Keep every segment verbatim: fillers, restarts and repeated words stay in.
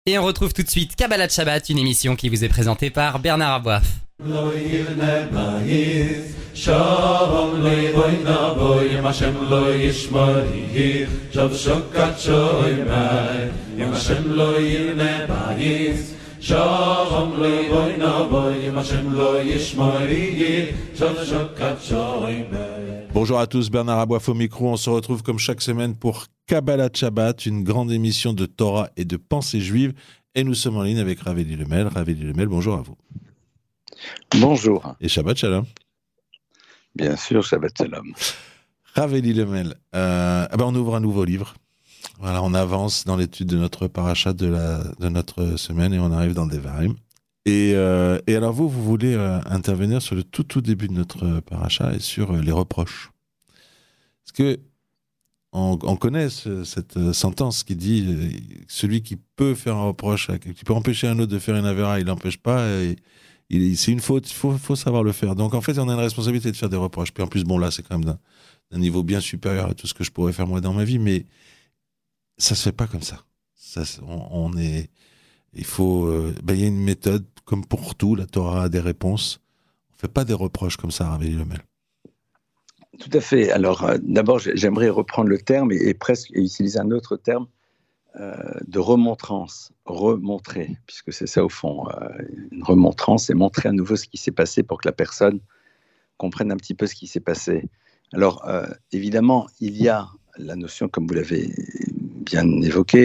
Et on retrouve tout de suite Kabbalat Shabbat, une émission qui vous est présentée par Bernard Aboif. Bonjour à tous, Bernard Aboif au micro. On se retrouve comme chaque semaine pour Kabbalat Shabbat, une grande émission de Torah et de pensée juive. Et nous sommes en ligne avec Rav Eli Lemel. Rav Eli Lemel, bonjour à vous. Bonjour. Et Shabbat Shalom. Bien sûr, Shabbat Shalom. Rav Eli Lemel, euh, eh ben on ouvre un nouveau livre. Voilà, on avance dans l'étude de notre paracha de, la, de notre semaine et on arrive dans Devarim. Et, euh, et alors vous, vous voulez euh, intervenir sur le tout tout début de notre paracha et sur euh, les reproches. Parce que on, on connaît ce, cette sentence qui dit euh, celui qui peut faire un reproche, qui peut empêcher un autre de faire une avéra, il l'empêche pas. Et, il, c'est une faute, il faut, faut savoir le faire. Donc en fait, on a une responsabilité de faire des reproches. Puis en plus, bon là, c'est quand même d'un, d'un niveau bien supérieur à tout ce que je pourrais faire moi dans ma vie, mais ça se fait pas comme ça. ça on, on est, il faut, euh, ben, il y a une méthode, comme pour tout, la Torah a des réponses. On fait pas des reproches comme ça, Rav Eli Lemel. Tout à fait. Alors euh, d'abord, j'aimerais reprendre le terme et, et presque et utiliser un autre terme euh, de remontrance, remontrer, puisque c'est ça au fond. Euh, une remontrance, c'est montrer à nouveau ce qui s'est passé pour que la personne comprenne un petit peu ce qui s'est passé. Alors euh, évidemment, il y a la notion, comme vous l'avez bien évoqué,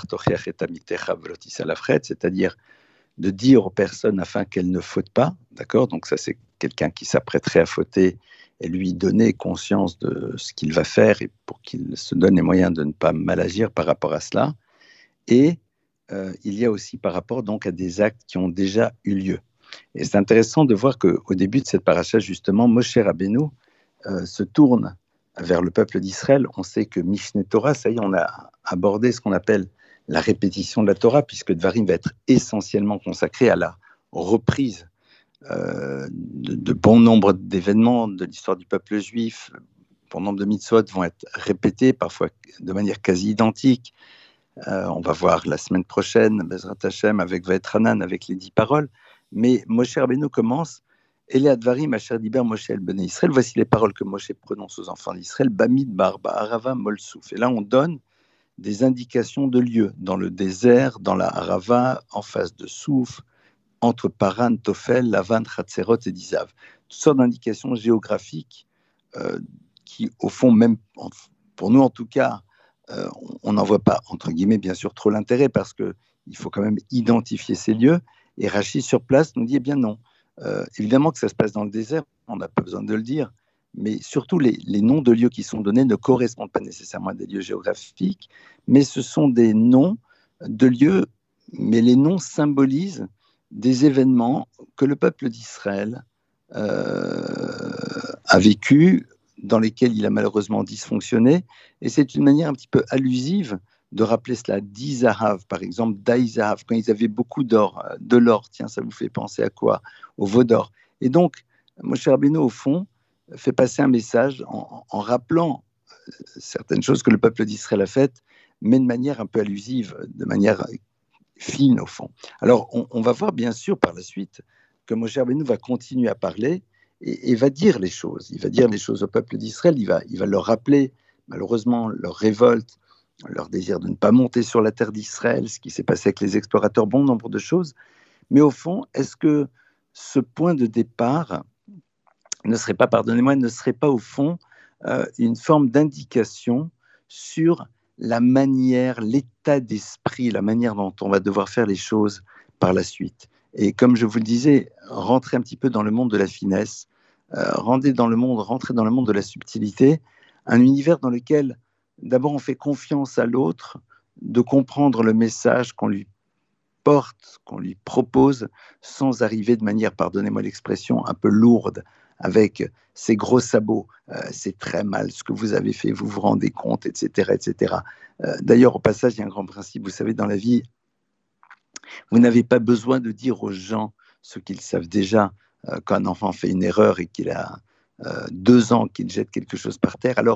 c'est-à-dire de dire aux personnes afin qu'elles ne fautent pas, d'accord ? Donc ça, c'est quelqu'un qui s'apprêterait à fauter et lui donner conscience de ce qu'il va faire et pour qu'il se donne les moyens de ne pas mal agir par rapport à cela. Et euh, il y a aussi par rapport donc à des actes qui ont déjà eu lieu. Et c'est intéressant de voir qu'au début de cette paracha, justement, Moshe Rabbeinu euh, se tourne vers le peuple d'Israël. On sait que Mishneh Torah, ça y est, on a abordé ce qu'on appelle la répétition de la Torah, puisque Dvarim va être essentiellement consacré à la reprise euh, de, de bon nombre d'événements de l'histoire du peuple juif. Bon nombre de mitzvot vont être répétés, parfois de manière quasi identique. Euh, on va voir la semaine prochaine, Bezrat Hashem, avec Vaetranan, avec les dix paroles. Mais Moshe Rabbeinu commence Ele advarim asher diber Moshe el bnei Israël. Voici les paroles que Moshe prononce aux enfants d'Israël. Bamidbar, ba'arava, molsouf. Et là, on donne des indications de lieux dans le désert, dans la Arava, en face de Souf, entre Paran, Tophel, Lavan, Hatzerot et Dizav. Toutes sortes d'indications géographiques euh, qui, au fond, même pour nous en tout cas, euh, on n'en voit pas, entre guillemets, bien sûr, trop l'intérêt parce qu'il faut quand même identifier ces lieux. Et Rachi, sur place, nous dit, eh bien non. Euh, évidemment que ça se passe dans le désert, on n'a pas besoin de le dire, mais surtout les, les noms de lieux qui sont donnés ne correspondent pas nécessairement à des lieux géographiques, mais ce sont des noms de lieux, mais les noms symbolisent des événements que le peuple d'Israël euh, a vécu, dans lesquels il a malheureusement dysfonctionné, et c'est une manière un petit peu allusive de rappeler cela. Dizahav, par exemple, Daïzahav, quand ils avaient beaucoup d'or, de l'or, tiens, ça vous fait penser à quoi ? Au veau d'or. Et donc, Moshe Rabbeinu, au fond, fait passer un message en, en rappelant certaines choses que le peuple d'Israël a faites, mais de manière un peu allusive, de manière fine, au fond. Alors, on, on va voir, bien sûr, par la suite, que Moshe Rabbeinu va continuer à parler et, et va dire les choses. Il va dire les choses au peuple d'Israël, il va, il va leur rappeler, malheureusement, leur révolte, leur désir de ne pas monter sur la terre d'Israël, ce qui s'est passé avec les explorateurs, bon nombre de choses. Mais au fond, est-ce que ce point de départ ne serait pas, pardonnez-moi, ne serait pas au fond euh, une forme d'indication sur la manière, l'état d'esprit, la manière dont on va devoir faire les choses par la suite. Et comme je vous le disais, rentrer un petit peu dans le monde de la finesse, euh, rentrer dans le monde, rentrer dans le monde de la subtilité, un univers dans lequel d'abord on fait confiance à l'autre, de comprendre le message qu'on lui porte, qu'on lui propose, sans arriver de manière, pardonnez-moi l'expression, un peu lourde, avec ses gros sabots, euh, c'est très mal ce que vous avez fait, vous vous rendez compte, et cetera, et cetera. Euh, d'ailleurs, au passage, il y a un grand principe, vous savez, dans la vie, vous n'avez pas besoin de dire aux gens ce qu'ils savent déjà. Euh, quand un enfant fait une erreur et qu'il a euh, deux ans, qu'il jette quelque chose par terre, alors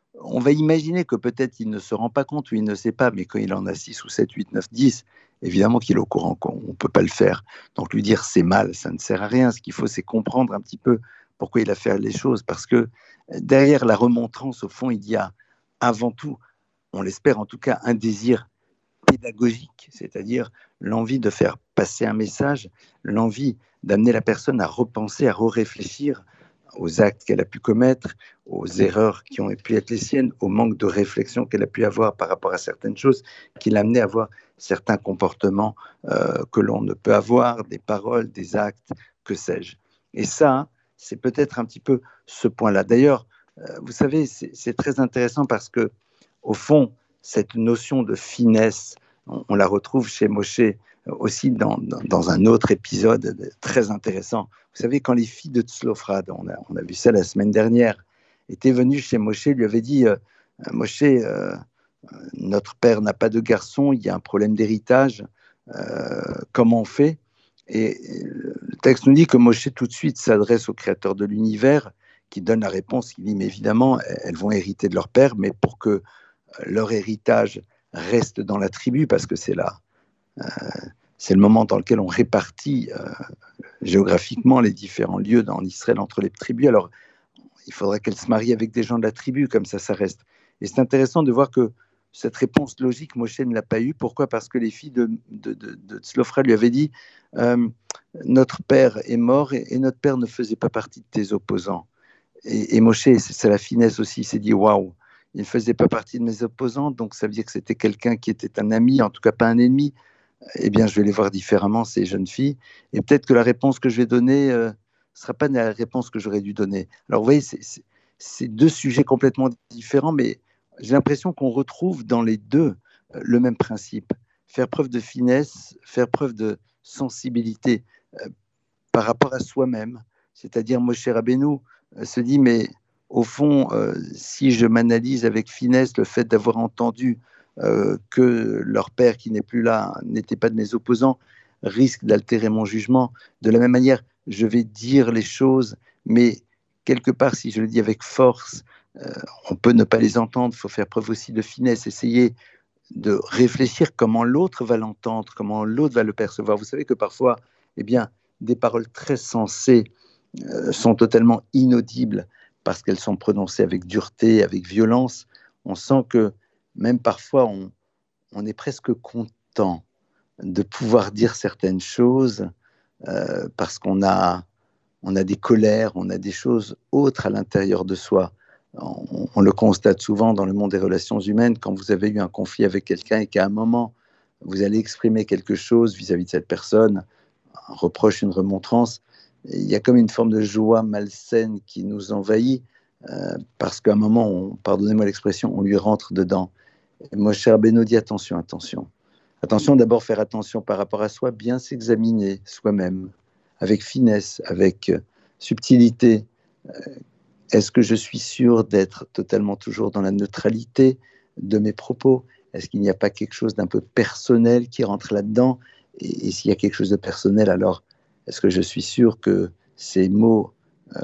on va imaginer que peut-être il ne se rend pas compte ou il ne sait pas, mais quand il en a six ou sept, huit, neuf, dix, évidemment qu'il est au courant qu'on ne peut pas le faire. Donc lui dire c'est mal, ça ne sert à rien. Ce qu'il faut, c'est comprendre un petit peu pourquoi il a fait les choses. Parce que derrière la remontrance, au fond, il y a avant tout, on l'espère en tout cas, un désir pédagogique, c'est-à-dire l'envie de faire passer un message, l'envie d'amener la personne à repenser, à re-réfléchir aux actes qu'elle a pu commettre, aux erreurs qui ont pu être les siennes, au manque de réflexion qu'elle a pu avoir par rapport à certaines choses, qui l'amenaient à avoir certains comportements euh, que l'on ne peut avoir, des paroles, des actes, que sais-je. Et ça, c'est peut-être un petit peu ce point-là. D'ailleurs, euh, vous savez, c'est, c'est très intéressant parce que, au fond, cette notion de finesse, on, on la retrouve chez Moshe aussi dans, dans, dans un autre épisode très intéressant. Vous savez, quand les filles de Tzlofrad, on a, on a vu ça la semaine dernière, étaient venues chez Moshe, lui avaient dit euh, Moshe, euh, notre père n'a pas de garçon, il y a un problème d'héritage, euh, comment on fait? Et le texte nous dit que Moshe tout de suite s'adresse au créateur de l'univers, qui donne la réponse, il dit, mais évidemment, elles vont hériter de leur père, mais pour que leur héritage reste dans la tribu, parce que c'est là, euh, c'est le moment dans lequel on répartit euh, géographiquement les différents lieux en Israël entre les tribus. Alors, il faudrait qu'elle se marie avec des gens de la tribu, comme ça, ça reste. Et c'est intéressant de voir que cette réponse logique, Moshe ne l'a pas eue. Pourquoi? Parce que les filles de, de, de, de Tzlofra lui avaient dit euh, notre père est mort et, et notre père ne faisait pas partie de tes opposants. Et, et Moshe, c'est, c'est la finesse aussi, il s'est dit waouh, il ne faisait pas partie de mes opposants, donc ça veut dire que c'était quelqu'un qui était un ami, en tout cas pas un ennemi. Eh bien, je vais les voir différemment, ces jeunes filles. Et peut-être que la réponse que je vais donner ne euh, sera pas la réponse que j'aurais dû donner. Alors, vous voyez, c'est, c'est, c'est deux sujets complètement différents, mais j'ai l'impression qu'on retrouve dans les deux euh, le même principe. Faire preuve de finesse, faire preuve de sensibilité euh, par rapport à soi-même. C'est-à-dire, Moshe Rabbeinu euh, se dit, mais au fond, euh, si je m'analyse avec finesse le fait d'avoir entendu Euh, que leur père qui n'est plus là n'était pas de mes opposants, risque d'altérer mon jugement. De la même manière, je vais dire les choses, mais quelque part, si je le dis avec force, euh, on peut ne pas les entendre, il faut faire preuve aussi de finesse, essayer de réfléchir comment l'autre va l'entendre, comment l'autre va le percevoir. Vous savez que parfois, eh bien, des paroles très sensées euh, sont totalement inaudibles parce qu'elles sont prononcées avec dureté, avec violence. On sent que même parfois, on, on est presque content de pouvoir dire certaines choses euh, parce qu'on a, on a des colères, on a des choses autres à l'intérieur de soi. On, on le constate souvent dans le monde des relations humaines, quand vous avez eu un conflit avec quelqu'un et qu'à un moment, vous allez exprimer quelque chose vis-à-vis de cette personne, un reproche, une remontrance, il y a comme une forme de joie malsaine qui nous envahit euh, parce qu'à un moment, on, pardonnez-moi l'expression, on lui rentre dedans. Moshe Rabbeinu dit attention, attention. Attention, d'abord faire attention par rapport à soi, bien s'examiner soi-même, avec finesse, avec euh, subtilité. Euh, est-ce que je suis sûr d'être totalement toujours dans la neutralité de mes propos? Est-ce qu'il n'y a pas quelque chose d'un peu personnel qui rentre là-dedans? Et, et s'il y a quelque chose de personnel, alors est-ce que je suis sûr que ces mots euh,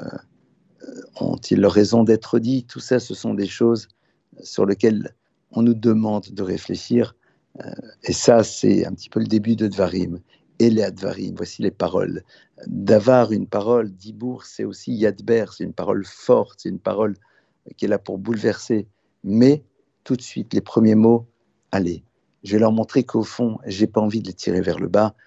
ont-ils leur raison d'être dits? Tout ça, ce sont des choses sur lesquelles on nous demande de réfléchir. Euh, et ça, c'est un petit peu le début de Dvarim. Et les Advarim, voici les paroles. Davar, une parole, Dibour, c'est aussi Yadber, c'est une parole forte, c'est une parole qui est là pour bouleverser. Mais tout de suite, les premiers mots, allez, je vais leur montrer qu'au fond, je n'ai pas envie de les tirer vers le bas.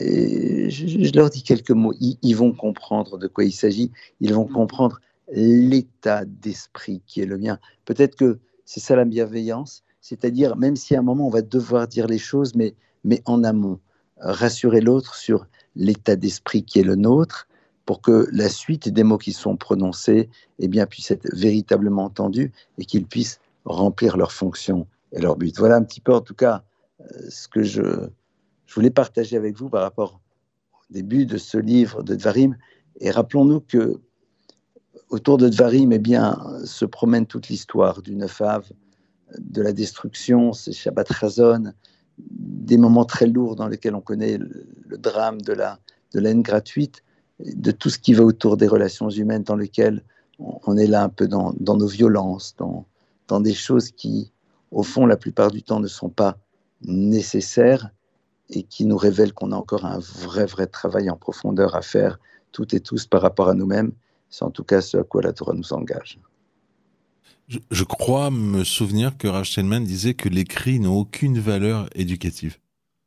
Et je, je leur dis quelques mots, ils, ils vont comprendre de quoi il s'agit, ils vont comprendre l'état d'esprit qui est le mien. Peut-être que c'est ça la bienveillance, c'est-à-dire même si à un moment on va devoir dire les choses, mais, mais en amont, rassurer l'autre sur l'état d'esprit qui est le nôtre, pour que la suite des mots qui sont prononcés eh bien, puisse être véritablement entendue et qu'ils puissent remplir leur fonction et leur but. Voilà un petit peu en tout cas ce que je, je voulais partager avec vous par rapport au début de ce livre de Dvarim. Et rappelons-nous que autour de Dvarim, eh bien, se promène toute l'histoire du neuf Av, de la destruction, c'est Shabbat Chazon, des moments très lourds dans lesquels on connaît le, le drame de la, de la haine gratuite, de tout ce qui va autour des relations humaines dans lesquelles on, on est là un peu dans, dans nos violences, dans, dans des choses qui, au fond, la plupart du temps, ne sont pas nécessaires et qui nous révèlent qu'on a encore un vrai, vrai travail en profondeur à faire, toutes et tous, par rapport à nous-mêmes. C'est en tout cas ce à quoi la Torah nous engage. Je, je crois me souvenir que Rav Steinman disait que les cris n'ont aucune valeur éducative.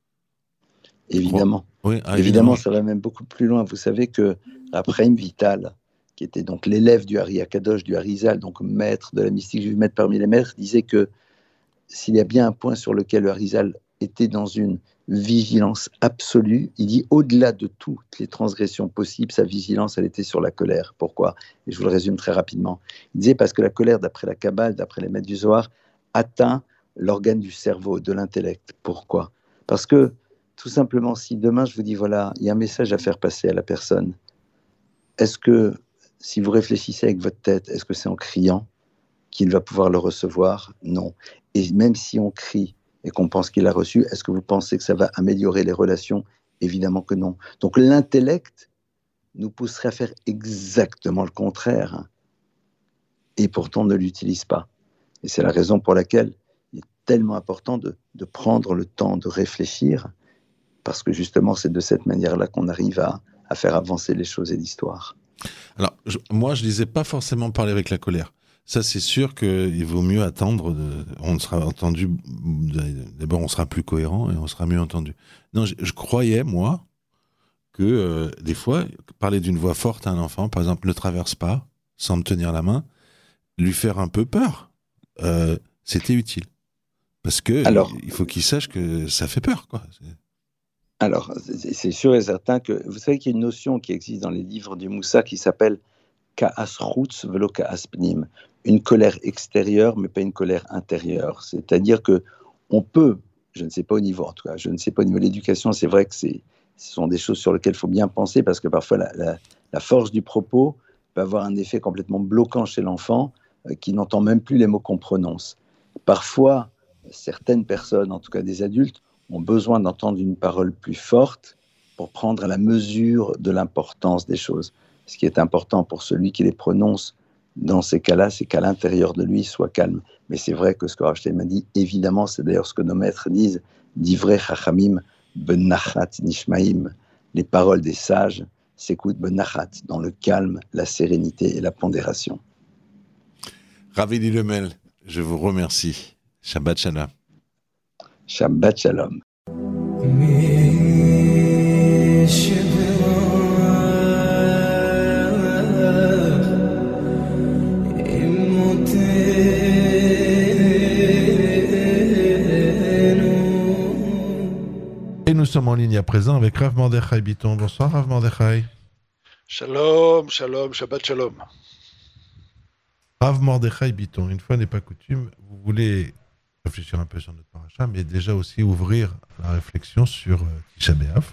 Évidemment. Oui, ah, évidemment. évidemment, ça va même beaucoup plus loin. Vous savez que Abraham Vital, qui était donc l'élève du Hari Akadosh, du Harizal, donc maître de la mystique juive, maître parmi les maîtres, disait que s'il y a bien un point sur lequel le Harizal était dans une vigilance absolue, il dit au-delà de toutes les transgressions possibles, sa vigilance, elle était sur la colère. Pourquoi ? Et je vous le résume très rapidement. Il disait parce que la colère, d'après la Kabbale, d'après les maîtres du Zohar, atteint l'organe du cerveau, de l'intellect. Pourquoi ? Parce que, tout simplement, si demain je vous dis, voilà, il y a un message à faire passer à la personne, est-ce que, si vous réfléchissez avec votre tête, est-ce que c'est en criant qu'il va pouvoir le recevoir ? Non. Et même si on crie et qu'on pense qu'il l'a reçu, est-ce que vous pensez que ça va améliorer les relations ? Évidemment que non. Donc l'intellect nous pousserait à faire exactement le contraire. Et pourtant, on ne l'utilise pas. Et c'est la raison pour laquelle il est tellement important de, de prendre le temps de réfléchir, parce que justement, c'est de cette manière-là qu'on arrive à, à faire avancer les choses et l'histoire. Alors, je, moi, je ne disais pas forcément parler avec la colère. Ça, c'est sûr qu'il vaut mieux attendre. De, on sera entendu. D'abord, on sera plus cohérent et on sera mieux entendu. Non, je, je croyais, moi, que euh, des fois, parler d'une voix forte à un enfant, par exemple, ne traverse pas, sans me tenir la main, lui faire un peu peur, euh, c'était utile. Parce que Alors, il faut qu'il sache que ça fait peur, quoi. C'est... Alors, c'est sûr et certain que vous savez qu'il y a une notion qui existe dans les livres du Moussa qui s'appelle Ka'as Chutz velo Ka'as Pnim, une colère extérieure, mais pas une colère intérieure. C'est-à-dire que on peut, je ne sais pas au niveau, en tout cas, je ne sais pas au niveau de l'éducation, c'est vrai que c'est, ce sont des choses sur lesquelles il faut bien penser parce que parfois la, la, la force du propos peut avoir un effet complètement bloquant chez l'enfant euh, qui n'entend même plus les mots qu'on prononce. Parfois, certaines personnes, en tout cas des adultes, ont besoin d'entendre une parole plus forte pour prendre la mesure de l'importance des choses. Ce qui est important pour celui qui les prononce dans ces cas-là, c'est qu'à l'intérieur de lui, il soit calme. Mais c'est vrai que ce que Rav Steinman m'a dit, évidemment, c'est d'ailleurs ce que nos maîtres disent, Divrei Chachamim benachat nishmaim. Les paroles des sages s'écoutent benachat, dans le calme, la sérénité et la pondération. Rav Eli Lemel, je vous remercie. Shabbat Shalom. Shabbat Shalom. Et nous sommes en ligne à présent avec Rav Mordechai Bitton. Bonsoir Rav Mordechai. Shalom, shalom, Shabbat Shalom. Rav Mordechai Bitton, une fois n'est pas coutume, vous voulez réfléchir un peu sur notre paracha, mais déjà aussi ouvrir la réflexion sur euh, Tisha B'Av.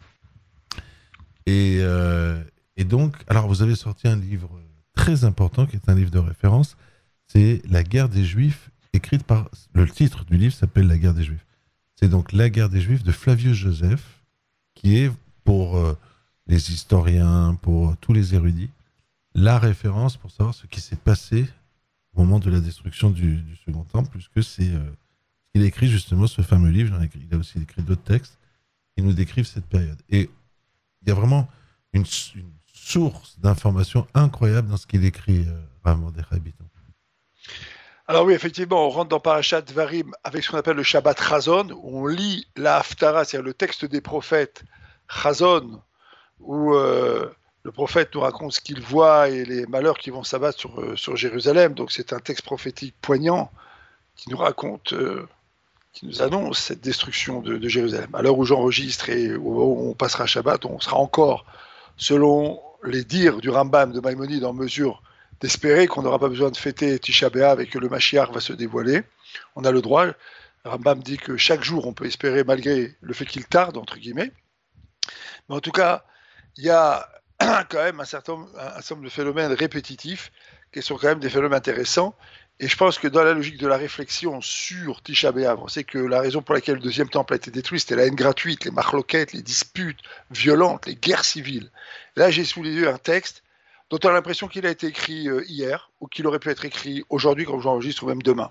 Et, euh, et donc, alors vous avez sorti un livre très important qui est un livre de référence, c'est La guerre des Juifs, écrite par, le titre du livre s'appelle La guerre des Juifs. C'est donc La guerre des Juifs de Flavius Joseph, qui est pour euh, les historiens, pour tous les érudits, la référence pour savoir ce qui s'est passé au moment de la destruction du, du Second Temple, puisque c'est euh, il a écrit justement ce fameux livre. Il a aussi écrit d'autres textes qui nous décrivent cette période. Et il y a vraiment une, une source d'informations incroyable dans ce qu'il écrit, euh, Rav Mordechai Bitton. Alors oui, effectivement, on rentre dans Parashat Dvarim avec ce qu'on appelle le Shabbat Chazon, où on lit la Haftara, c'est-à-dire le texte des prophètes, Chazon, où euh, le prophète nous raconte ce qu'il voit et les malheurs qui vont s'abattre sur, euh, sur Jérusalem. Donc c'est un texte prophétique poignant qui nous raconte, euh, qui nous annonce cette destruction de, de Jérusalem. À l'heure où j'enregistre et où on passera Shabbat, on sera encore, selon les dires du Rambam de Maïmonide, en mesure d'espérer qu'on n'aura pas besoin de fêter Tisha B'Av et que le Mashiach va se dévoiler. On a le droit. Le Rambam dit que chaque jour, on peut espérer malgré le fait qu'il tarde, entre guillemets. Mais en tout cas, il y a quand même un certain, un certain nombre de phénomènes répétitifs qui sont quand même des phénomènes intéressants. Et je pense que dans la logique de la réflexion sur Tisha B'Av, on sait que la raison pour laquelle le deuxième temple a été détruit, c'était la haine gratuite, les marloquettes, les disputes violentes, les guerres civiles. Là, j'ai sous les yeux un texte dont on a l'impression qu'il a été écrit euh, hier, ou qu'il aurait pu être écrit aujourd'hui, quand j'enregistre, ou même demain.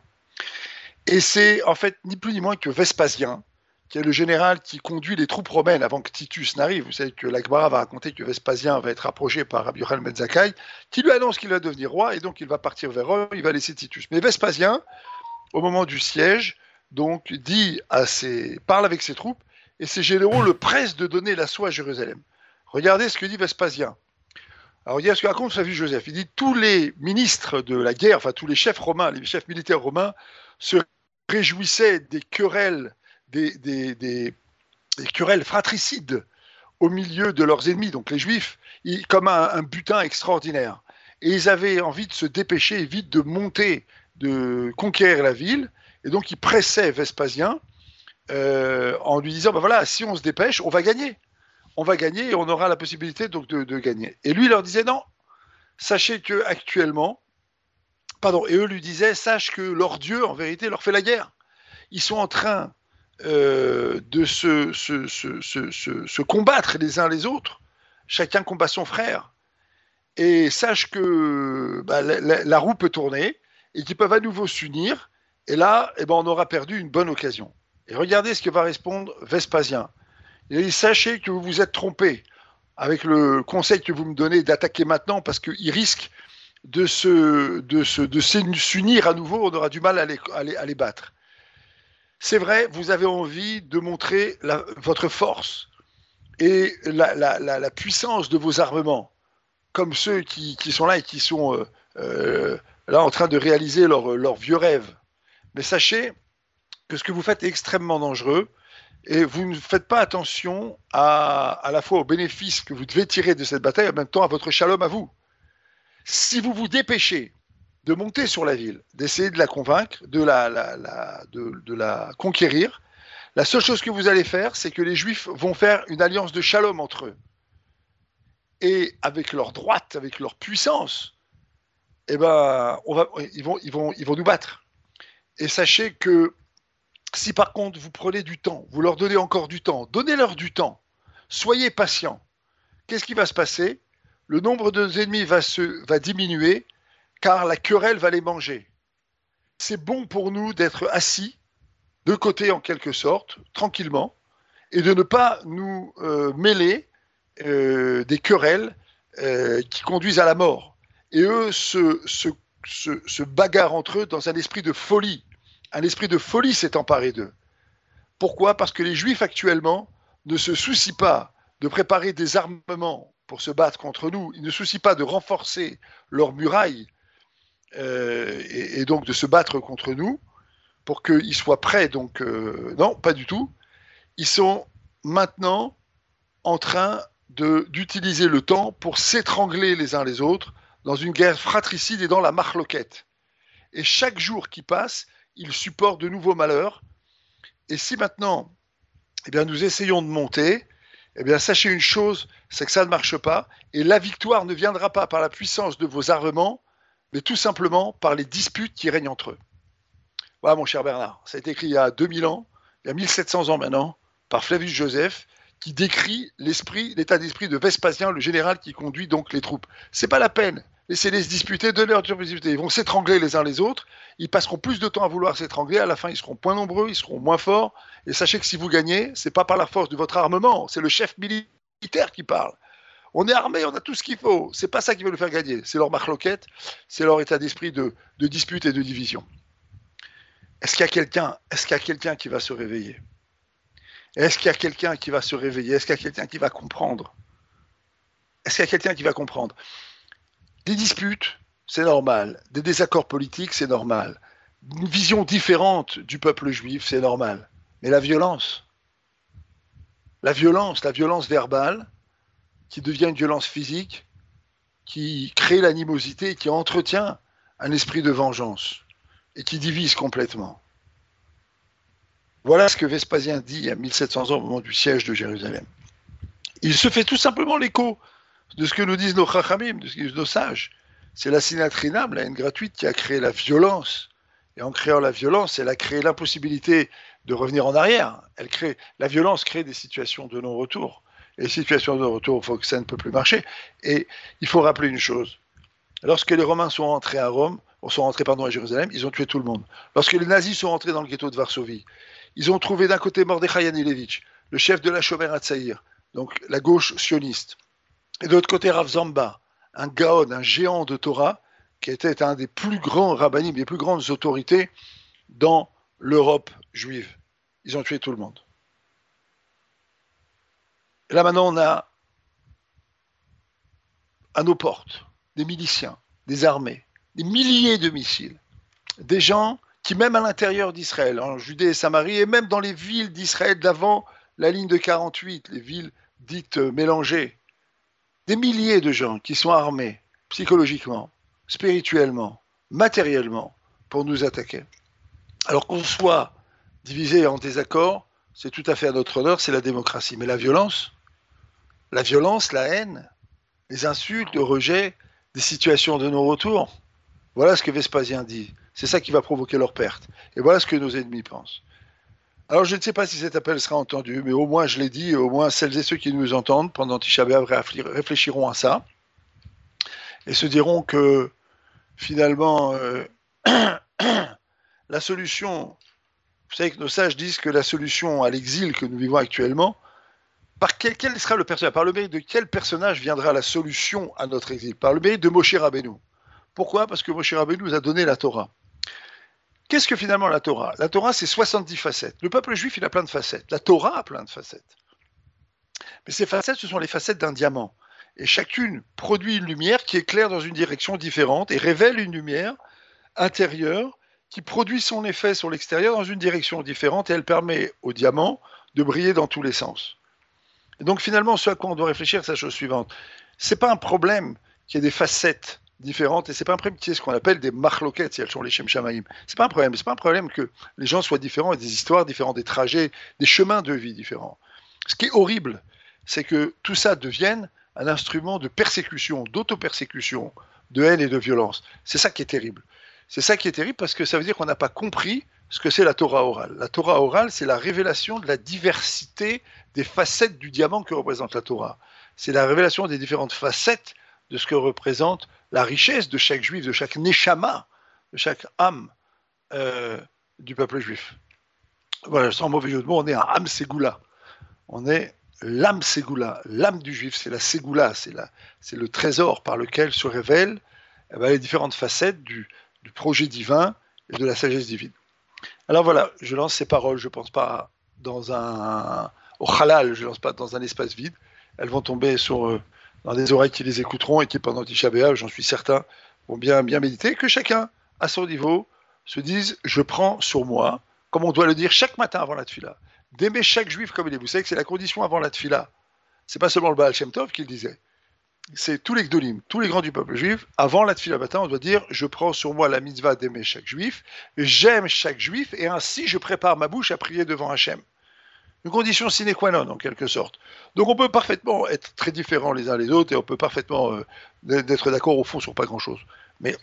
Et c'est en fait ni plus ni moins que Vespasien, qui est le général qui conduit les troupes romaines avant que Titus n'arrive. Vous savez que la Gemara va raconter que Vespasien va être approché par Rabbi Yochanan ben Zakkai, qui lui annonce qu'il va devenir roi, et donc il va partir vers Rome, il va laisser Titus. Mais Vespasien, au moment du siège, donc dit à ses, parle avec ses troupes, et ses généraux le pressent de donner l'assaut à Jérusalem. Regardez ce que dit Vespasien. Alors regardez ce que raconte Flavius Joseph. Il dit tous les ministres de la guerre, enfin tous les chefs romains, les chefs militaires romains, se réjouissaient des querelles, des, des, des, des querelles fratricides au milieu de leurs ennemis, donc les Juifs, comme un, un butin extraordinaire. Et ils avaient envie de se dépêcher, vite de monter, de conquérir la ville, et donc ils pressaient Vespasien euh, en lui disant, ben voilà, si on se dépêche, on va gagner. On va gagner et on aura la possibilité donc de, de gagner. Et lui il leur disait, non, sachez que actuellement, pardon, et eux lui disaient, sache que leur Dieu, en vérité, leur fait la guerre. Ils sont en train euh, de se, se, se, se, se, se combattre les uns les autres, chacun combat son frère. Et sache que bah, la, la, la roue peut tourner et qu'ils peuvent à nouveau s'unir. Et là, eh ben, on aura perdu une bonne occasion. Et regardez ce que va répondre Vespasien. Il dit, sachez que vous vous êtes trompé avec le conseil que vous me donnez d'attaquer maintenant parce qu'il risque de, se, de, se, de s'unir à nouveau, on aura du mal à les, à les, à les battre. C'est vrai, vous avez envie de montrer la, votre force et la, la, la, la puissance de vos armements, comme ceux qui, qui sont là et qui sont euh, euh, là en train de réaliser leur, leur vieux rêve. Mais sachez que ce que vous faites est extrêmement dangereux et vous ne faites pas attention à, à la fois aux bénéfices que vous devez tirer de cette bataille, en même temps à votre shalom à vous. Si vous vous dépêchez de monter sur la ville, d'essayer de la convaincre, de la, la, la, de, de la conquérir, la seule chose que vous allez faire, c'est que les Juifs vont faire une alliance de shalom entre eux. Et avec leur droite, avec leur puissance, eh ben, on va, ils, vont, ils, vont, ils vont nous battre. Et sachez que si par contre vous prenez du temps, vous leur donnez encore du temps, donnez-leur du temps, soyez patients, qu'est-ce qui va se passer? Le nombre de ennemis va, se, va diminuer car la querelle va les manger. C'est bon pour nous d'être assis, de côté en quelque sorte, tranquillement, et de ne pas nous euh, mêler euh, des querelles euh, qui conduisent à la mort. Et eux se, se, se, se bagarrent entre eux dans un esprit de folie. Un esprit de folie s'est emparé d'eux. Pourquoi? Parce que les Juifs actuellement ne se soucient pas de préparer des armements pour se battre contre nous. Ils ne se soucient pas de renforcer leurs murailles euh, et, et donc de se battre contre nous pour qu'ils soient prêts. Donc, euh, non, pas du tout. Ils sont maintenant en train de, d'utiliser le temps pour s'étrangler les uns les autres dans une guerre fratricide et dans la marloquette. Et chaque jour qui passe, ils supportent de nouveaux malheurs. Et si maintenant, eh bien, nous essayons de monter, eh bien, sachez une chose, c'est que ça ne marche pas. Et la victoire ne viendra pas par la puissance de vos armements, mais tout simplement par les disputes qui règnent entre eux. Voilà, mon cher Bernard. Ça a été écrit il y a deux mille ans, il y a mille sept cents ans maintenant, par Flavius Joseph, qui décrit l'esprit, l'état d'esprit de Vespasien, le général qui conduit donc les troupes. C'est pas la peine. Laissez-les se disputer, donnez-leur du possibilité. Ils vont s'étrangler les uns les autres. Ils passeront plus de temps à vouloir s'étrangler. À la fin, ils seront moins nombreux, ils seront moins forts. Et sachez que si vous gagnez, c'est pas par la force de votre armement, c'est le chef militaire qui parle. On est armé, on a tout ce qu'il faut. C'est pas ça qui va nous faire gagner. C'est leur marloquette, c'est leur état d'esprit de, de dispute et de division. Est-ce qu'il y a quelqu'un, est-ce qu'il y a quelqu'un qui va se réveiller? Est-ce qu'il y a quelqu'un qui va se réveiller? Est-ce qu'il y a quelqu'un qui va comprendre? Est-ce qu'il y a quelqu'un qui va comprendre? Des disputes, c'est normal. Des désaccords politiques, c'est normal. Une vision différente du peuple juif, c'est normal. Mais la violence, la violence, la violence verbale, qui devient une violence physique, qui crée l'animosité, qui entretient un esprit de vengeance et qui divise complètement. Voilà ce que Vespasien dit il y a mille sept cents ans au moment du siège de Jérusalem. Il se fait tout simplement l'écho de ce que nous disent nos chachamim, de ce que nous disent nos sages. C'est la sinatrinam, la haine gratuite, qui a créé la violence. Et en créant la violence, elle a créé l'impossibilité de revenir en arrière. Elle crée, la violence crée des situations de non-retour. Et situation de retour, il faut que ça ne peut plus marcher. Et il faut rappeler une chose. Lorsque les Romains sont rentrés à Rome, sont rentrés pardon, à Jérusalem, ils ont tué tout le monde. Lorsque les nazis sont rentrés dans le ghetto de Varsovie, ils ont trouvé d'un côté Mordechai Anilevitch, le chef de la Shomer Hatzaïr, donc la gauche sioniste, et de l'autre côté Rav Zamba, un gaon, un géant de Torah, qui était un des plus grands rabbinim, des plus grandes autorités dans l'Europe juive. Ils ont tué tout le monde. Et là maintenant, on a à nos portes des miliciens, des armées, des milliers de missiles, des gens qui, même à l'intérieur d'Israël, en Judée et Samarie, et même dans les villes d'Israël d'avant la ligne de quarante-huit, les villes dites mélangées, des milliers de gens qui sont armés psychologiquement, spirituellement, matériellement, pour nous attaquer. Alors qu'on soit divisé en désaccord, c'est tout à fait à notre honneur, c'est la démocratie. Mais la violence, la violence, la haine, les insultes, le rejet, des situations de non-retour, voilà ce que Vespasien dit. C'est ça qui va provoquer leur perte. Et voilà ce que nos ennemis pensent. Alors je ne sais pas si cet appel sera entendu, mais au moins je l'ai dit, au moins celles et ceux qui nous entendent pendant Tisha B'Av réfléchiront à ça et se diront que finalement euh, la solution, vous savez que nos sages disent que la solution à l'exil que nous vivons actuellement, par quel, quel sera le personnage, par le mérite de quel personnage viendra la solution à notre exil? Par le mérite de Moshe Rabbeinu. Pourquoi? Parce que Moshe Rabbeinu nous a donné la Torah. Qu'est-ce que finalement la Torah? La Torah, c'est soixante-dix facettes. Le peuple juif, il a plein de facettes. La Torah a plein de facettes. Mais ces facettes, ce sont les facettes d'un diamant. Et chacune produit une lumière qui éclaire dans une direction différente et révèle une lumière intérieure qui produit son effet sur l'extérieur dans une direction différente et elle permet au diamant de briller dans tous les sens. Et donc finalement, ce à quoi on doit réfléchir, c'est la chose suivante. Ce n'est pas un problème qu'il y ait des facettes différentes et c'est pas un problème qui est ce qu'on appelle des machloket si elles sont les shem shamaïm. C'est pas un problème, c'est pas un problème que les gens soient différents et des histoires différentes, des trajets, des chemins de vie différents. Ce qui est horrible, c'est que tout ça devienne un instrument de persécution, d'auto-persécution, de haine et de violence. C'est ça qui est terrible. C'est ça qui est terrible parce que ça veut dire qu'on n'a pas compris ce que c'est la Torah orale. La Torah orale, c'est la révélation de la diversité des facettes du diamant que représente la Torah. C'est la révélation des différentes facettes de ce que représente la richesse de chaque juif, de chaque neshama, de chaque âme euh, du peuple juif. Voilà, sans mauvais jeu de mots, on est un âme ségoula. On est l'âme ségoula. L'âme du juif, c'est la ségoula, c'est, la, c'est le trésor par lequel se révèlent eh ben, les différentes facettes du, du projet divin et de la sagesse divine. Alors voilà, je lance ces paroles, je ne pense pas dans un... au halal, je ne lance pas dans un espace vide. Elles vont tomber sur... Euh, dans des oreilles qui les écouteront et qui, pendant Tisha B'Av, j'en suis certain, vont bien, bien méditer, que chacun, à son niveau, se dise « je prends sur moi », comme on doit le dire chaque matin avant la tfila, d'aimer chaque juif comme il est. Vous savez que c'est la condition avant la tfila. Ce n'est pas seulement le Baal Shem Tov qui le disait. C'est tous les gdolim, tous les grands du peuple juif. Avant la tfila matin, on doit dire « je prends sur moi la mitzvah d'aimer chaque juif, j'aime chaque juif, et ainsi je prépare ma bouche à prier devant Hachem ». Une condition sine qua non, en quelque sorte. Donc on peut parfaitement être très différents les uns les autres et on peut parfaitement euh, d'être d'accord au fond sur pas grand-chose. Mais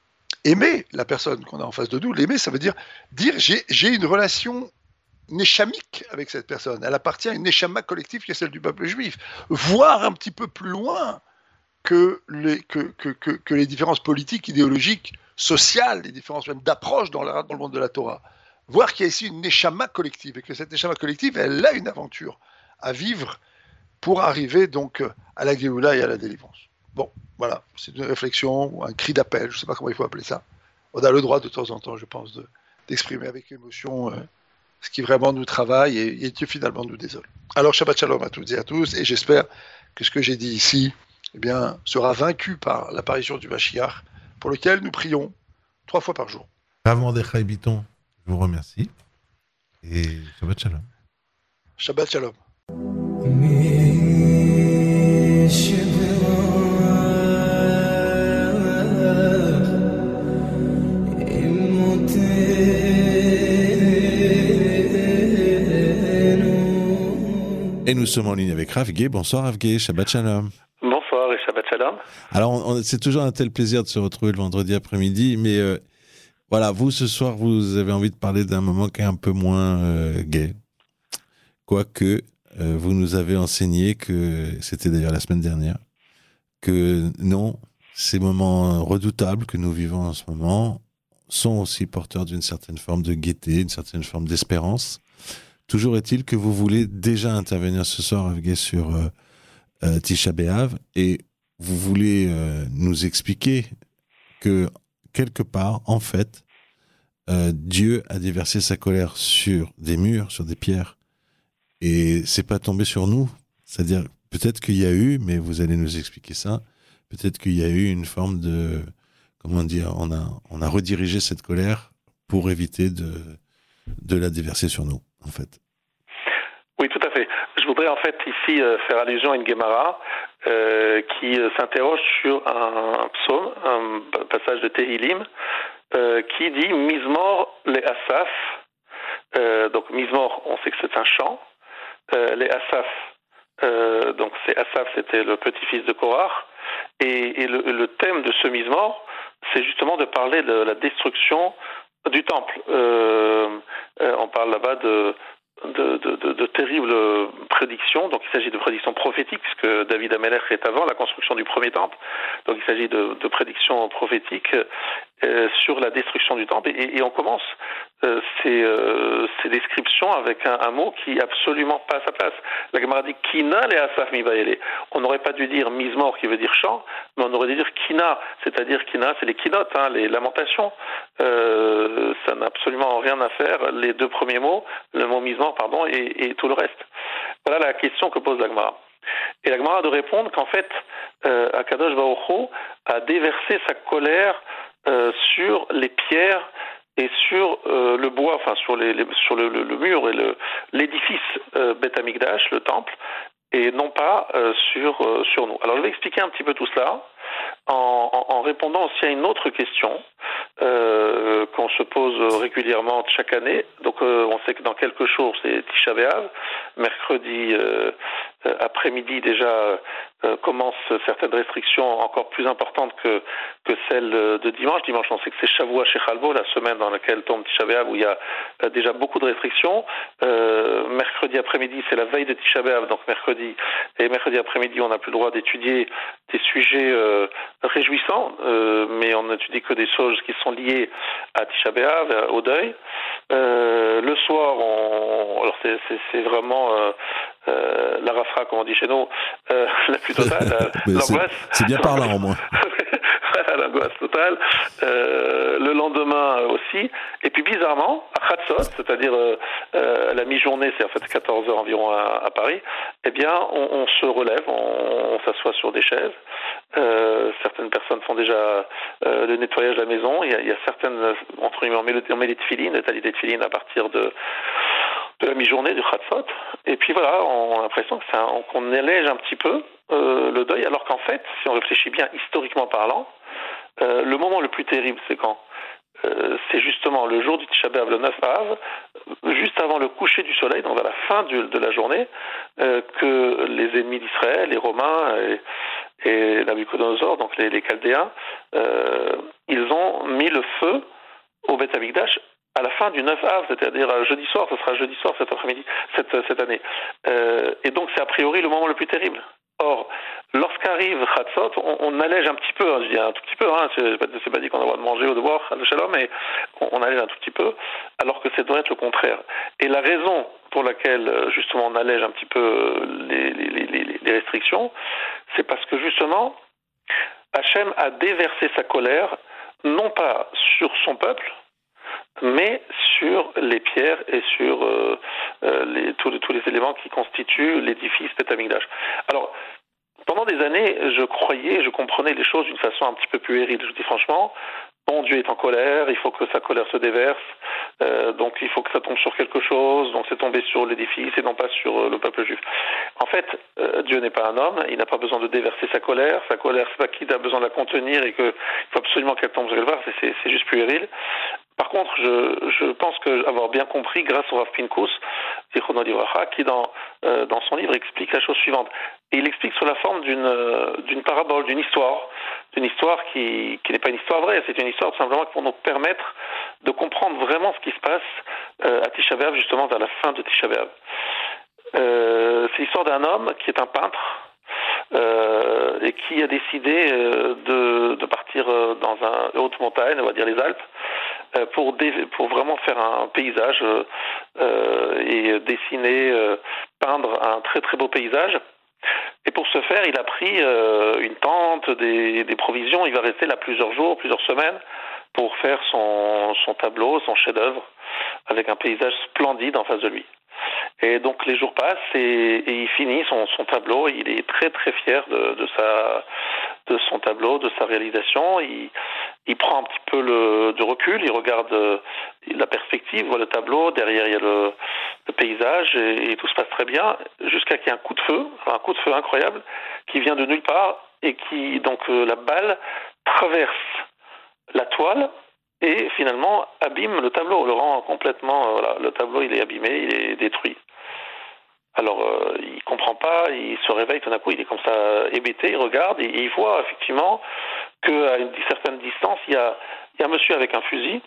aimer la personne qu'on a en face de nous, l'aimer, ça veut dire dire j'ai, j'ai une relation néchamique avec cette personne. Elle appartient à une néchama collective qui est celle du peuple juif. Voir un petit peu plus loin que les, que, que, que, que les différences politiques, idéologiques, sociales, les différences même d'approche dans, la, dans le monde de la Torah. Voir qu'il y a ici une neshama collective et que cette neshama collective, elle a une aventure à vivre pour arriver donc à la Géoula et à la délivrance. Bon, voilà, c'est une réflexion ou un cri d'appel, je ne sais pas comment il faut appeler ça. On a le droit de temps en temps, je pense, de, d'exprimer avec émotion euh, ce qui vraiment nous travaille et, et qui finalement nous désole. Alors, Shabbat Shalom à toutes et à tous, et j'espère que ce que j'ai dit ici eh bien, sera vaincu par l'apparition du Mashiach, pour lequel nous prions trois fois par jour. Rav Mordechai Bitton, je vous remercie. Et Shabbat Shalom. Shabbat Shalom. Et nous sommes en ligne avec Rav Gué. Bonsoir Rav Gué, Shabbat Shalom. Bonsoir et Shabbat Shalom. Alors, on, on, c'est toujours un tel plaisir de se retrouver le vendredi après-midi, mais euh, voilà, vous, ce soir, vous avez envie de parler d'un moment qui est un peu moins euh, gai. Quoique, euh, vous nous avez enseigné que, c'était d'ailleurs la semaine dernière, que non, ces moments redoutables que nous vivons en ce moment sont aussi porteurs d'une certaine forme de gaieté, d'une certaine forme d'espérance. Toujours est-il que vous voulez déjà intervenir ce soir, Avgué, sur euh, euh, Tisha B'Av, et vous voulez euh, nous expliquer que, quelque part, en fait, euh, Dieu a déversé sa colère sur des murs, sur des pierres, et c'est pas tombé sur nous. C'est-à-dire, peut-être qu'il y a eu, mais vous allez nous expliquer ça, peut-être qu'il y a eu une forme de, comment dire, on a, on a redirigé cette colère pour éviter de, de la déverser sur nous, en fait. Oui, tout à fait. Je voudrais en fait ici euh, faire allusion à une Gemara euh, qui euh, s'interroge sur un, un psaume, un passage de Tehillim, euh, qui dit « Mizmor le Asaf ». Euh, donc Mizmor, on sait que c'est un chant. Euh, les Asaf, euh, donc c'est Asaf, c'était le petit-fils de Korach. Et, et le, le thème de ce Mizmor, c'est justement de parler de la destruction du temple. Euh, euh, on parle là-bas de... De, de, de, de terribles prédictions. Donc il s'agit de prédictions prophétiques, puisque David Amelech est avant la construction du premier temple. Donc il s'agit de, de prédictions prophétiques euh, sur la destruction du temple. Et, et on commence euh, ces, euh, ces descriptions avec un, un mot qui est absolument pas à sa place. La Gemara dit « Kina le Asaf mi vayele ». On n'aurait pas dû dire « Mizmor » qui veut dire « chant », mais on aurait dû dire « Kina », c'est-à-dire Kina, c'est les kinotes, hein, les lamentations. Euh, ça n'a absolument rien à faire, les deux premiers mots, le mot Mizmor, pardon, et, et tout le reste. Voilà la question que pose la Gemara. Et la Gemara a de répondre qu'en fait, euh, Akadosh Baruch Hu a déversé sa colère euh, sur les pierres et sur euh, le bois, enfin sur, les, les, sur le, le, le mur et le, l'édifice euh, Beth Amikdash, le temple, et non pas euh, sur, euh, sur nous. Alors je vais expliquer un petit peu tout cela en, en, en répondant aussi à une autre question euh, qu'on se pose régulièrement chaque année. Donc euh, on sait que dans quelques jours c'est Tisha B'Av, mercredi euh, après-midi déjà euh, commencent certaines restrictions encore plus importantes que, que celles de dimanche. Dimanche on sait que c'est Shavua Shechalvo, la semaine dans laquelle tombe Tisha B'Av, où il y a euh, déjà beaucoup de restrictions. Euh, mercredi après-midi c'est la veille de Tisha B'Av, donc mercredi, et mercredi après-midi on n'a plus le droit d'étudier des sujets euh, réjouissants, euh, mais on n'étudie que des choses qui sont liées à Tisha B'Av, au deuil. Euh, le soir, on, alors c'est, c'est, c'est vraiment euh, euh, la rafra, comme on dit chez nous, euh, la plus totale, l'angoisse. C'est, c'est bien parlant au moins. Voilà, l'angoisse totale. Euh, le lendemain aussi. Et puis bizarrement, à Khatsot, c'est-à-dire euh, euh, à la mi-journée, c'est en fait quatorze heures environ à, à Paris, eh bien, on, on se relève, on, on s'assoit sur des chaises. Euh, certaines personnes font déjà euh, le nettoyage de la maison. Il y a, il y a certaines, entre guillemets, on met, le, on met les tefilines, le talit des tefilines à partir de de la mi-journée du Khatsot, et puis voilà, on a l'impression que c'est un, qu'on allège un petit peu euh, le deuil, alors qu'en fait, si on réfléchit bien historiquement parlant, euh, le moment le plus terrible, c'est quand euh, c'est justement le jour du Tisha B'Av, le neuf Av, juste avant le coucher du soleil, donc à la fin du, de la journée, euh, que les ennemis d'Israël, les Romains et, et Nabucodonosor, donc les, les Chaldéens, euh, ils ont mis le feu au Beth Amikdash à la fin du neuf Av, c'est-à-dire jeudi soir, ce sera jeudi soir cet après-midi, cette, cette année. Euh, et donc c'est a priori le moment le plus terrible. Or, lorsqu'arrive Khatsot, on, on allège un petit peu, hein, je dis un tout petit peu, hein, c'est, c'est pas dit qu'on a le droit de manger ou de boire, de shalom, mais on, on allège un tout petit peu, alors que ça doit être le contraire. Et la raison pour laquelle justement on allège un petit peu les, les, les, les restrictions, c'est parce que justement, Hachem a déversé sa colère, non pas sur son peuple, mais sur les pierres et sur euh, euh, les, tous, les, tous les éléments qui constituent l'édifice Beth Amikdash. Alors, pendant des années, je croyais, je comprenais les choses d'une façon un petit peu plus puérile. Je dis franchement, bon, Dieu est en colère, il faut que sa colère se déverse, euh, donc il faut que ça tombe sur quelque chose, donc c'est tombé sur l'édifice et non pas sur euh, le peuple juif. En fait, euh, Dieu n'est pas un homme, il n'a pas besoin de déverser sa colère, sa colère, c'est pas qu'il a besoin de la contenir et qu'il faut absolument qu'elle tombe sur quelque part, c'est, c'est, c'est juste puéril. Par contre, je, je pense que avoir bien compris, grâce au Rav Pinkus, qui dans, euh, dans son livre explique la chose suivante. Et il explique sous la forme d'une, euh, d'une parabole, d'une histoire, d'une histoire qui, qui n'est pas une histoire vraie, c'est une histoire tout simplement pour nous permettre de comprendre vraiment ce qui se passe euh, à Tisha B'Av, justement vers la fin de Tisha B'Av. Euh, c'est l'histoire d'un homme qui est un peintre euh, et qui a décidé euh, de, de partir euh, dans une haute montagne, on va dire les Alpes, euh, pour, dé, pour vraiment faire un paysage euh, et dessiner, euh, peindre un très très beau paysage. Et pour ce faire, il a pris euh, une tente, des, des provisions. Il va rester là plusieurs jours, plusieurs semaines pour faire son, son tableau, son chef-d'œuvre, avec un paysage splendide en face de lui. Et donc les jours passent et, et il finit son, son tableau. Il est très très fier de, de, sa, de son tableau, de sa réalisation. Il, il prend un petit peu le, de recul, il regarde la perspective, voit le tableau, derrière il y a le, le paysage et, et tout se passe très bien, jusqu'à qu'il y ait un coup de feu, un coup de feu incroyable qui vient de nulle part et qui, donc euh, la balle traverse la toile et finalement abîme le tableau, le rend complètement, euh, voilà, le tableau il est abîmé, il est détruit. Alors euh, il comprend pas, il se réveille tout d'un coup, il est comme ça hébété, il regarde et, et il voit effectivement qu'à une certaine distance il y a, il y a un monsieur avec un fusil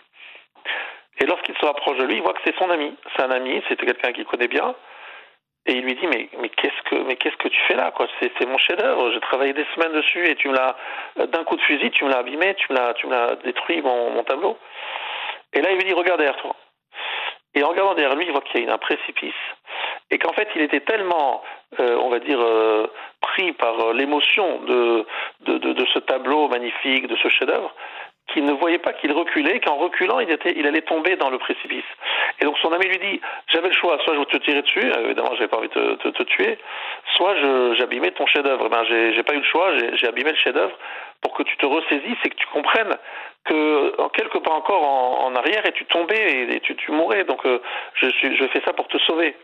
et lorsqu'il se rapproche de lui, il voit que c'est son ami, c'est un ami, c'était quelqu'un qu'il connaît bien. Et il lui dit mais mais qu'est-ce que mais qu'est-ce que tu fais là quoi, c'est c'est mon chef-d'œuvre, j'ai travaillé des semaines dessus et tu me l'as d'un coup de fusil, tu me l'as abîmé, tu me l'as tu me l'as détruit mon, mon tableau. Et là il lui dit regarde derrière toi. Et en regardant derrière lui, il voit qu'il y a un précipice et qu'en fait il était tellement euh, on va dire euh, pris par l'émotion de de, de de ce tableau magnifique, de ce chef-d'œuvre, qu'il ne voyait pas qu'il reculait, qu'en reculant, il, était, il allait tomber dans le précipice. Et donc son ami lui dit, j'avais le choix, soit je te tirer dessus, évidemment j'avais pas envie de te, te, te tuer, soit je, j'abîmais ton chef-d'œuvre. Ben, j'ai, j'ai pas eu le choix, j'ai, j'ai abîmé le chef-d'œuvre pour que tu te ressaisisses et que tu comprennes que quelque part encore en, en arrière, et tu tombais et, et tu, tu mourais. Donc euh, je, suis, je fais ça pour te sauver.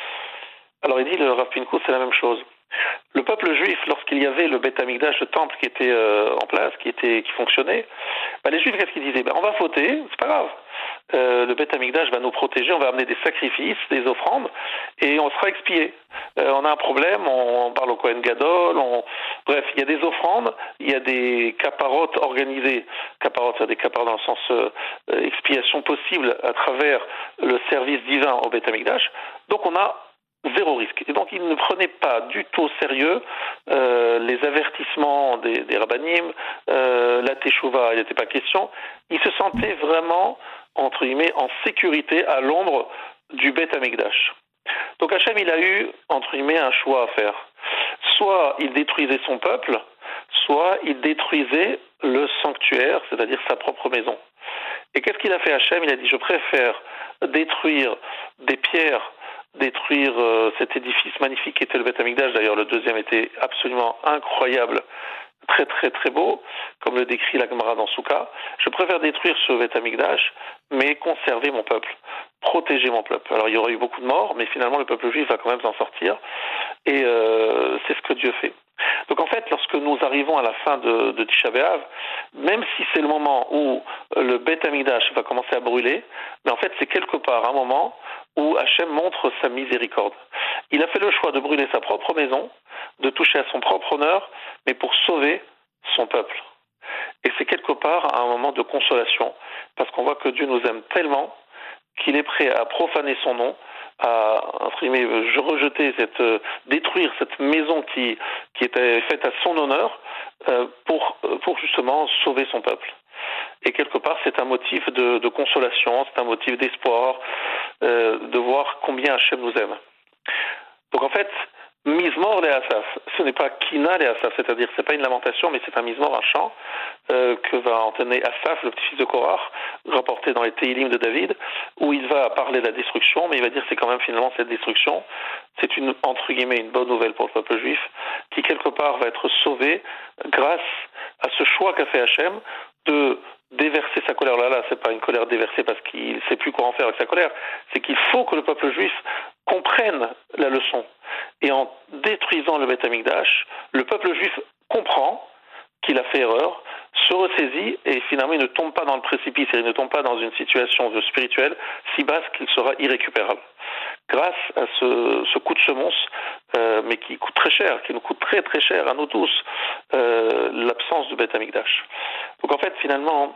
Alors il dit, le Rav Pinkus, c'est la même chose. Le peuple juif, lorsqu'il y avait le Beth Amikdash, le temple qui était euh, en place, qui était, qui fonctionnait, bah, les juifs, qu'est-ce qu'ils disaient? bah, On va fauter, c'est pas grave. Euh, le Beth Amikdash va nous protéger, on va amener des sacrifices, des offrandes, et on sera expié. Euh, on a un problème, on, on parle au Kohen Gadol, on... bref, il y a des offrandes, il y a des caparotes organisées. Caparotes, c'est des caparotes dans le sens euh, expiation possible à travers le service divin au Beth Amikdash. Donc on a zéro risque. Et donc, ils ne prenaient pas du tout au sérieux euh, les avertissements des, des rabbinim, euh, la teshuva, il n'était pas question. Ils se sentaient vraiment, entre guillemets, en sécurité à l'ombre du Beth Amikdash. Donc, Hachem, il a eu, entre guillemets, un choix à faire. Soit il détruisait son peuple, soit il détruisait le sanctuaire, c'est-à-dire sa propre maison. Et qu'est-ce qu'il a fait, Hachem? Il a dit, je préfère détruire des pierres, détruire euh, cet édifice magnifique qui était le Beth Amikdash. D'ailleurs, le deuxième était absolument incroyable, très très très beau, comme le décrit la Gemara dans Souka. Je préfère détruire ce Beth Amikdash, mais conserver mon peuple, protéger mon peuple. Alors, il y aura eu beaucoup de morts, mais finalement, le peuple juif va quand même s'en sortir, et euh, c'est ce que Dieu fait. Donc en fait, lorsque nous arrivons à la fin de, de Tisha B'Av, même si c'est le moment où le Beth Amikdash va commencer à brûler, mais en fait c'est quelque part un moment où Hachem montre sa miséricorde. Il a fait le choix de brûler sa propre maison, de toucher à son propre honneur, mais pour sauver son peuple. Et c'est quelque part un moment de consolation, parce qu'on voit que Dieu nous aime tellement qu'il est prêt à profaner son nom, à je rejeter cette, euh, détruire cette maison qui, qui était faite à son honneur euh, pour, pour justement sauver son peuple. Et quelque part, c'est un motif de, de consolation, c'est un motif d'espoir, euh, de voir combien Hachem nous aime. Donc en fait, Mizmor de Asaf, ce n'est pas Kina de Asaf, c'est-à-dire c'est pas une lamentation, mais c'est un Mizmor, un chant euh, que va entonner Asaf, le petit-fils de Korach, rapporté dans les Tehilim de David, où il va parler de la destruction, mais il va dire que c'est quand même finalement cette destruction, c'est une, entre guillemets, une bonne nouvelle pour le peuple juif, qui quelque part va être sauvé grâce à ce choix qu'a fait Hachem de déverser sa colère. Là, là, c'est pas une colère déversée parce qu'il sait plus quoi en faire avec sa colère, c'est qu'il faut que le peuple juif comprenne la leçon. Et en détruisant le Beth Amikdash, le peuple juif comprend qu'il a fait erreur, se ressaisit et finalement il ne tombe pas dans le précipice, il ne tombe pas dans une situation de spirituelle si basse qu'il sera irrécupérable. Grâce à ce, ce coup de semonce, euh, mais qui coûte très cher, qui nous coûte très très cher à nous tous, euh, l'absence du Beth Amikdash. Donc en fait finalement,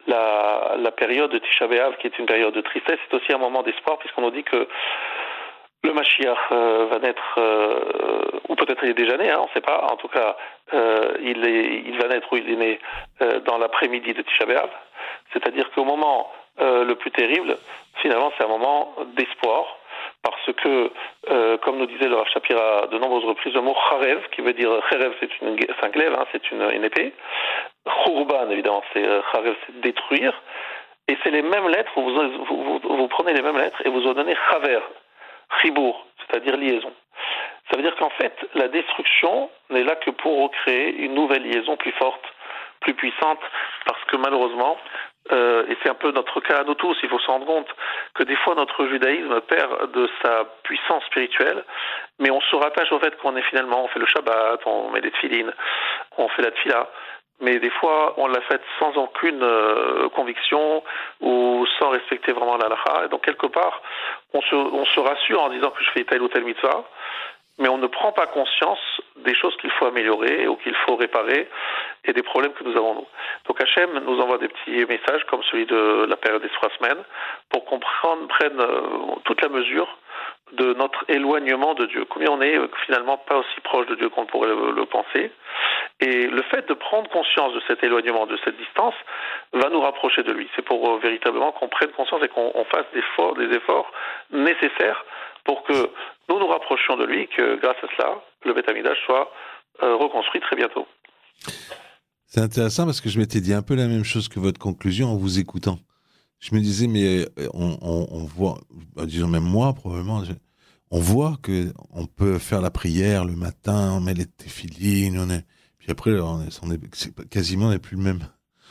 la, la période de Tisha B'Av, qui est une période de tristesse, c'est aussi un moment d'espoir puisqu'on nous dit que le Mashiach euh, va naître, euh, ou peut-être il est déjà né, hein, on ne sait pas. En tout cas, euh, il, est, il va naître ou il est né euh, dans l'après-midi de Tisha B'Av. C'est-à-dire qu'au moment euh, le plus terrible, finalement, c'est un moment d'espoir. Parce que, euh, comme nous disait le Rav Shapira à de nombreuses reprises, le mot charev, qui veut dire charev, c'est, une, c'est un glaive, hein, c'est une, une épée. Churban, évidemment, c'est charev, c'est détruire. Et c'est les mêmes lettres, vous, vous, vous, vous prenez les mêmes lettres et vous en donnez chaver, chibour, c'est-à-dire liaison. Ça veut dire qu'en fait, la destruction n'est là que pour recréer une nouvelle liaison plus forte, plus puissante, parce que malheureusement, euh, et c'est un peu notre cas à nous tous, il faut se rendre compte que des fois notre judaïsme perd de sa puissance spirituelle, mais on se rattache au fait qu'on est finalement, on fait le Shabbat, on met les tefilines, on fait la tefila, mais des fois on l'a fait sans aucune euh, conviction ou sans respecter vraiment la halakha, et donc quelque part on se, on se rassure en disant que je fais telle ou telle mitzvah, mais on ne prend pas conscience des choses qu'il faut améliorer ou qu'il faut réparer et des problèmes que nous avons nous. Donc Hachem nous envoie des petits messages comme celui de la période des trois semaines pour qu'on prenne, prenne toute la mesure de notre éloignement de Dieu. Combien on est finalement pas aussi proche de Dieu qu'on pourrait le, le penser. Et le fait de prendre conscience de cet éloignement, de cette distance, va nous rapprocher de lui. C'est pour euh, véritablement qu'on prenne conscience et qu'on on fasse des efforts, des efforts nécessaires pour que nous nous rapprochions de lui, que grâce à cela, le Beth Amikdash soit euh, reconstruit très bientôt. C'est intéressant parce que je m'étais dit un peu la même chose que votre conclusion en vous écoutant. Je me disais, mais on, on, on voit, disons même moi probablement, je, on voit qu'on peut faire la prière le matin, on met les téphilines, on est, puis après on est, on est c'est quasiment on n'est plus le même.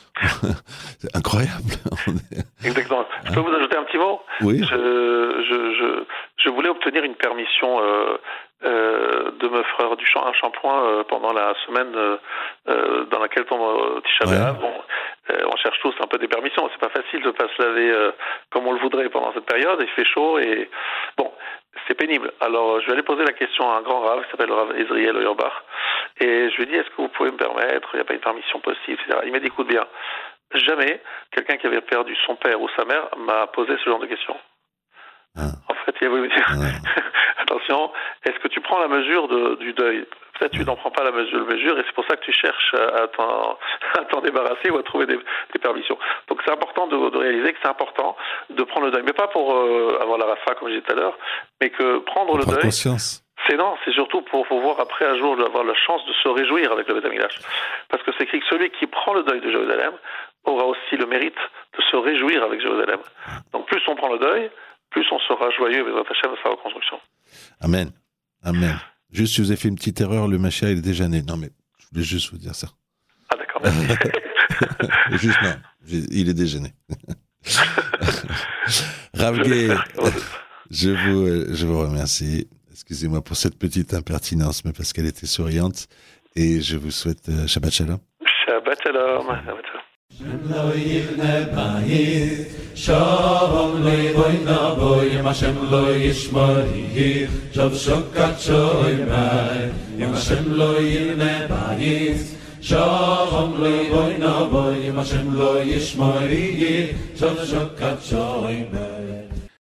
C'est incroyable. Est... Exactement. Je peux vous ajouter un petit mot ? Oui. Je, je, je, je voulais obtenir une permission euh, euh, de me faire du un shampoing euh, pendant la semaine euh, dans laquelle tombe euh, Tisha B'Av. Ouais. Bon, euh, on cherche tous un peu des permissions. C'est pas facile de pas se laver euh, comme on le voudrait pendant cette période. Il fait chaud et bon, c'est pénible. Alors, je vais aller poser la question à un grand rave qui s'appelle le Rav Ezriel Auerbach. Et je lui ai dit, est-ce que vous pouvez me permettre, il n'y a pas une permission possible, et cetera. Il m'a dit, écoute bien, jamais quelqu'un qui avait perdu son père ou sa mère m'a posé ce genre de questions. Ah. En fait, il a voulu me dire, ah. attention, est-ce que tu prends la mesure de, du deuil ? Peut-être tu n'en prends pas la mesure, la mesure, et c'est pour ça que tu cherches à t'en, à t'en débarrasser ou à trouver des, des permissions. Donc c'est important de, de réaliser que c'est important de prendre le deuil, mais pas pour euh, avoir la rafa, comme je disais tout à l'heure, mais que prendre pour le deuil... conscience. C'est non, c'est surtout pour pouvoir après un jour avoir la chance de se réjouir avec le Beth Amikdash. Parce que c'est écrit que celui qui prend le deuil de Jérusalem aura aussi le mérite de se réjouir avec Jérusalem. Donc plus on prend le deuil, plus on sera joyeux avec notre Hachem de sa reconstruction. Amen. Amen. Juste si vous avez fait une petite erreur, le Mashiach il est déjà né. Non mais je voulais juste vous dire ça. Ah d'accord, merci. Juste non, il est déjà né. Rav Gué, je vous, je vous remercie. Excusez-moi pour cette petite impertinence, mais parce qu'elle était souriante. Et je vous souhaite euh, Shabbat Shalom. Shabbat Shalom. Shalom